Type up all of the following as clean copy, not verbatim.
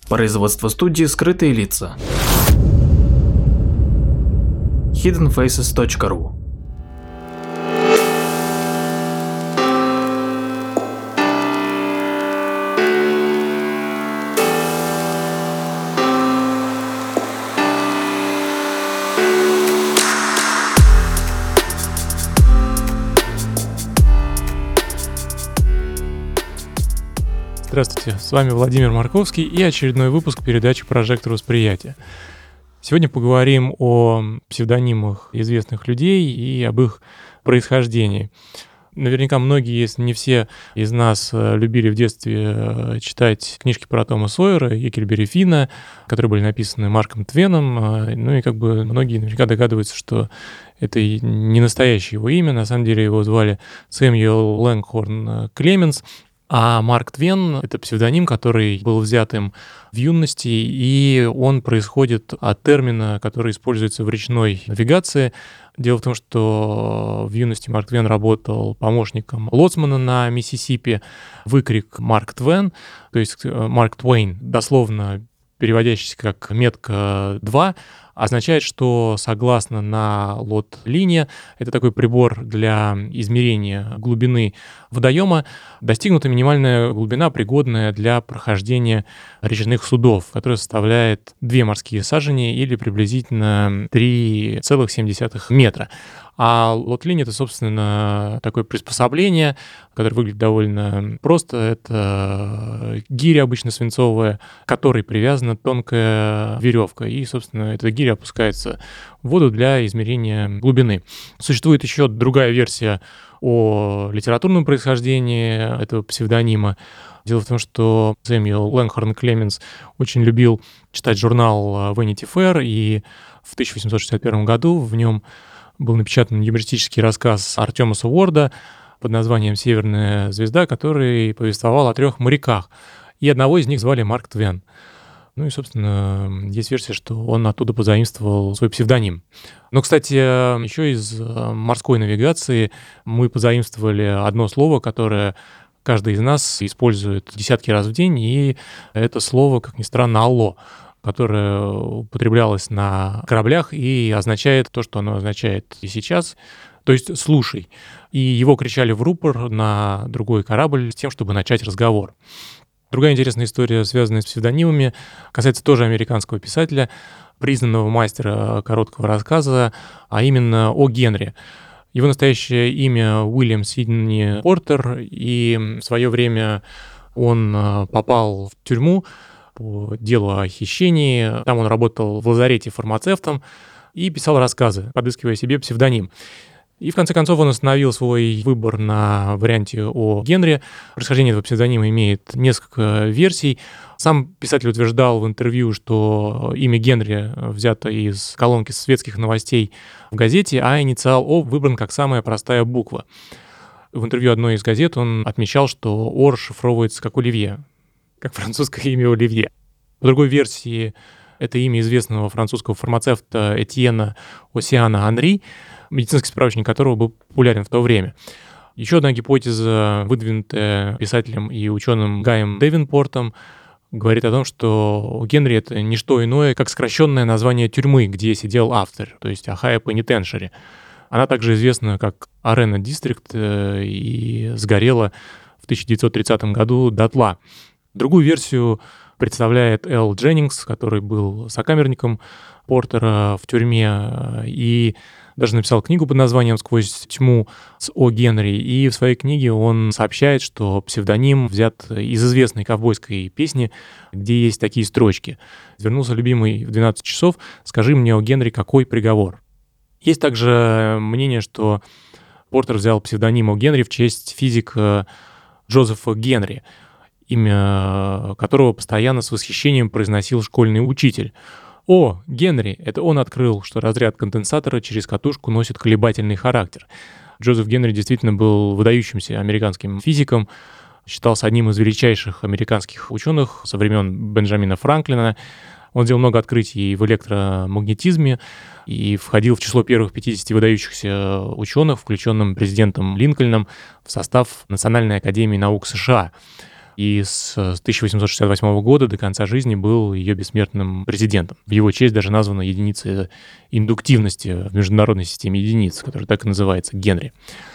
Производство студии «Скрытые лица». hiddenfaces.ru. Здравствуйте, с вами Владимир Марковский и очередной выпуск передачи «Прожектор восприятия». Сегодня поговорим о псевдонимах известных людей и об их происхождении. Наверняка многие, если не все из нас, любили в детстве читать книжки про Тома Сойера и Гекльберри Финна, которые были написаны Марком Твеном. Ну и многие наверняка догадываются, что это не настоящее его имя. На самом деле его звали Сэмюэл Лэнгхорн Клеменс. А Марк Твен — это псевдоним, который был взят им в юности, и он происходит от термина, который используется в речной навигации. Дело в том, что в юности Марк Твен работал помощником лоцмана на Миссисипи. Выкрик «Марк Твен», то есть «Марк Твейн», дословно переводящийся как «метка 2», означает, что согласно на лот-линия, это такой прибор для измерения глубины водоема, достигнута минимальная глубина, пригодная для прохождения речных судов, которая составляет 2 морские сажени или приблизительно 3,7 метра. А лот-линия — это, собственно, такое приспособление, которое выглядит довольно просто. Это гиря обычно свинцовая, к которой привязана тонкая веревка. И, собственно, эта гиря опускается в воду для измерения глубины. Существует еще другая версия о литературном происхождении этого псевдонима. Дело в том, что Сэмюэл Лэнгхорн Клеменс очень любил читать журнал Vanity Fair, и в 1861 году в нем был напечатан юмористический рассказ Артемаса Уорда под названием «Северная звезда», который повествовал о 3 моряках, и одного из них звали Марк Твен. Ну и, собственно, есть версия, что он оттуда позаимствовал свой псевдоним. Но, кстати, еще из морской навигации мы позаимствовали одно слово, которое каждый из нас использует десятки раз в день, и это слово, как ни странно, «алло», которое употреблялось на кораблях и означает то, что оно означает и сейчас, то есть «слушай». И его кричали в рупор на другой корабль с тем, чтобы начать разговор. Другая интересная история, связанная с псевдонимами, касается тоже американского писателя, признанного мастера короткого рассказа, а именно О. Генри. Его настоящее имя Уильям Сидни Портер, и в свое время он попал в тюрьму по делу о хищении. Там он работал в лазарете фармацевтом и писал рассказы, подыскивая себе псевдоним. И в конце концов он остановил свой выбор на варианте о Генри. Происхождение этого псевдонима имеет несколько версий. Сам писатель утверждал в интервью, что имя Генри взято из колонки светских новостей в газете, а инициал О выбран как самая простая буква. В интервью одной из газет он отмечал, что О расшифровывается как Оливье, как французское имя Оливье. По другой версии, это имя известного французского фармацевта Этьена Осиана Анри, медицинский справочник которого был популярен в то время. Еще одна гипотеза, выдвинутая писателем и ученым Гаем Девинпортом, говорит о том, что Генри — это не что иное, как сокращенное название тюрьмы, где сидел автор, то есть Ohio Penitentiary. Она также известна как Арена Дистрикт и сгорела в 1930 году дотла. Другую версию представляет Эл Дженнингс, который был сокамерником Портера в тюрьме и даже написал книгу под названием «Сквозь тьму» с О. Генри. И в своей книге он сообщает, что псевдоним взят из известной ковбойской песни, где есть такие строчки: «Вернулся любимый в 12 часов, скажи мне, О. Генри, какой приговор?». Есть также мнение, что Портер взял псевдоним О. Генри в честь физика Джозефа Генри, имя которого постоянно с восхищением произносил школьный учитель. О, Генри — это он открыл, что разряд конденсатора через катушку носит колебательный характер. Джозеф Генри действительно был выдающимся американским физиком, считался одним из величайших американских ученых со времен Бенджамина Франклина. Он сделал много открытий в электромагнетизме и входил в число первых 50 выдающихся ученых, включенным президентом Линкольном, в состав Национальной академии наук США. и с 1868 года до конца жизни был ее бессмертным президентом. В его честь даже названа единица индуктивности в международной системе единиц, которая так и называется, Генри.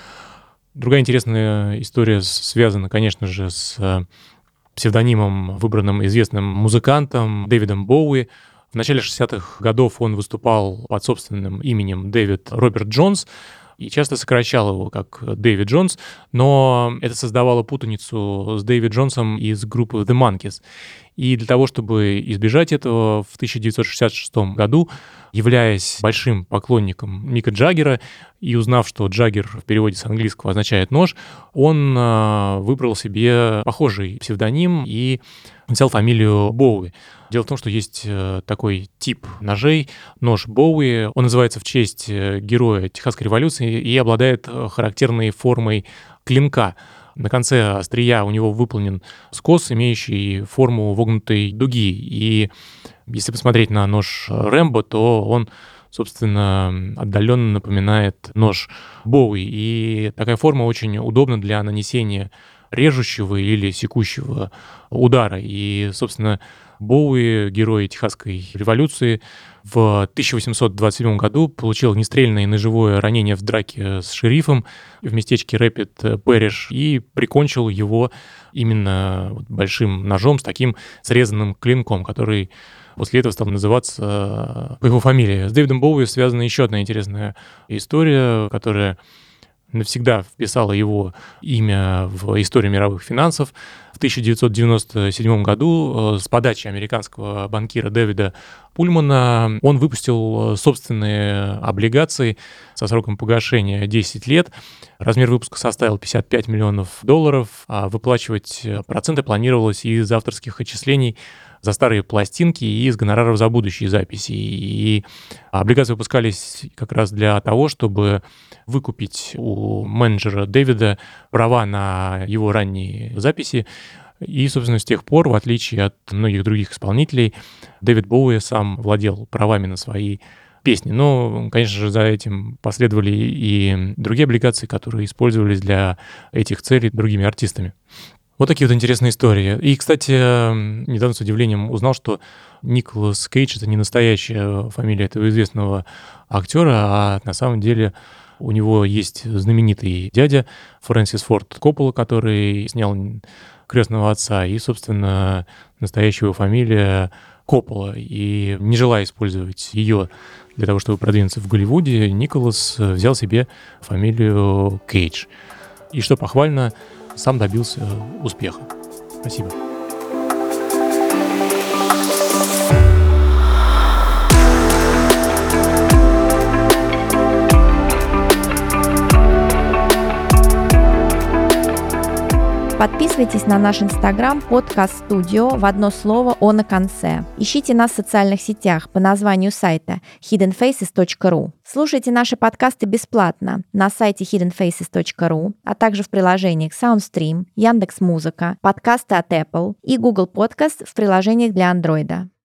Другая интересная история связана, конечно же, с псевдонимом, выбранным известным музыкантом Дэвидом Боуи. В начале 60-х годов он выступал под собственным именем Дэвид Роберт Джонс и часто сокращал его как Дэвид Джонс, но это создавало путаницу с Дэвид Джонсом из группы The Monkees. И для того, чтобы избежать этого, в 1966 году, являясь большим поклонником Мика Джаггера и узнав, что Джаггер в переводе с английского означает «нож», он выбрал себе похожий псевдоним и взял фамилию Боуи. Дело в том, что есть такой тип ножей, нож Боуи. Он называется в честь героя Техасской революции и обладает характерной формой клинка. На конце острия у него выполнен скос, имеющий форму вогнутой дуги. И если посмотреть на нож Рэмбо, то он, собственно, отдаленно напоминает нож Боуи. И такая форма очень удобна для нанесения режущего или секущего удара. И, собственно, Боуи, герой Техасской революции, в 1827 году получил огнестрельное и ножевое ранение в драке с шерифом в местечке Рэпид Пэриш и прикончил его именно большим ножом с таким срезанным клинком, который после этого стал называться по его фамилии. С Дэвидом Боуи связана еще одна интересная история, которая навсегда вписала его имя в историю мировых финансов. В 1997 году с подачи американского банкира Дэвида Пульмана он выпустил собственные облигации со сроком погашения 10 лет. Размер выпуска составил $55 миллионов, а выплачивать проценты планировалось из авторских отчислений за старые пластинки и из гонораров за будущие записи. И облигации выпускались как раз для того, чтобы выкупить у менеджера Дэвида права на его ранние записи. И, собственно, с тех пор, в отличие от многих других исполнителей, Дэвид Боуи сам владел правами на свои песни. Но, конечно же, за этим последовали и другие облигации, которые использовались для этих целей другими артистами. Вот такие вот интересные истории. И, кстати, недавно с удивлением узнал, что Николас Кейдж — это не настоящая фамилия этого известного актера, а на самом деле у него есть знаменитый дядя Фрэнсис Форд Коппола, который снял «Крестного отца», и, собственно, настоящая его фамилия Коппола. И не желая использовать ее для того, чтобы продвинуться в Голливуде, Николас взял себе фамилию Кейдж. И, что похвально, сам добился успеха. Спасибо. Подписывайтесь на наш инстаграм «Подкаст Студио» в одно слово «О» на конце. Ищите нас в социальных сетях по названию сайта hiddenfaces.ru. Слушайте наши подкасты бесплатно на сайте hiddenfaces.ru, а также в приложениях SoundStream, Яндекс.Музыка, подкасты от Apple и Google Podcast в приложениях для Android.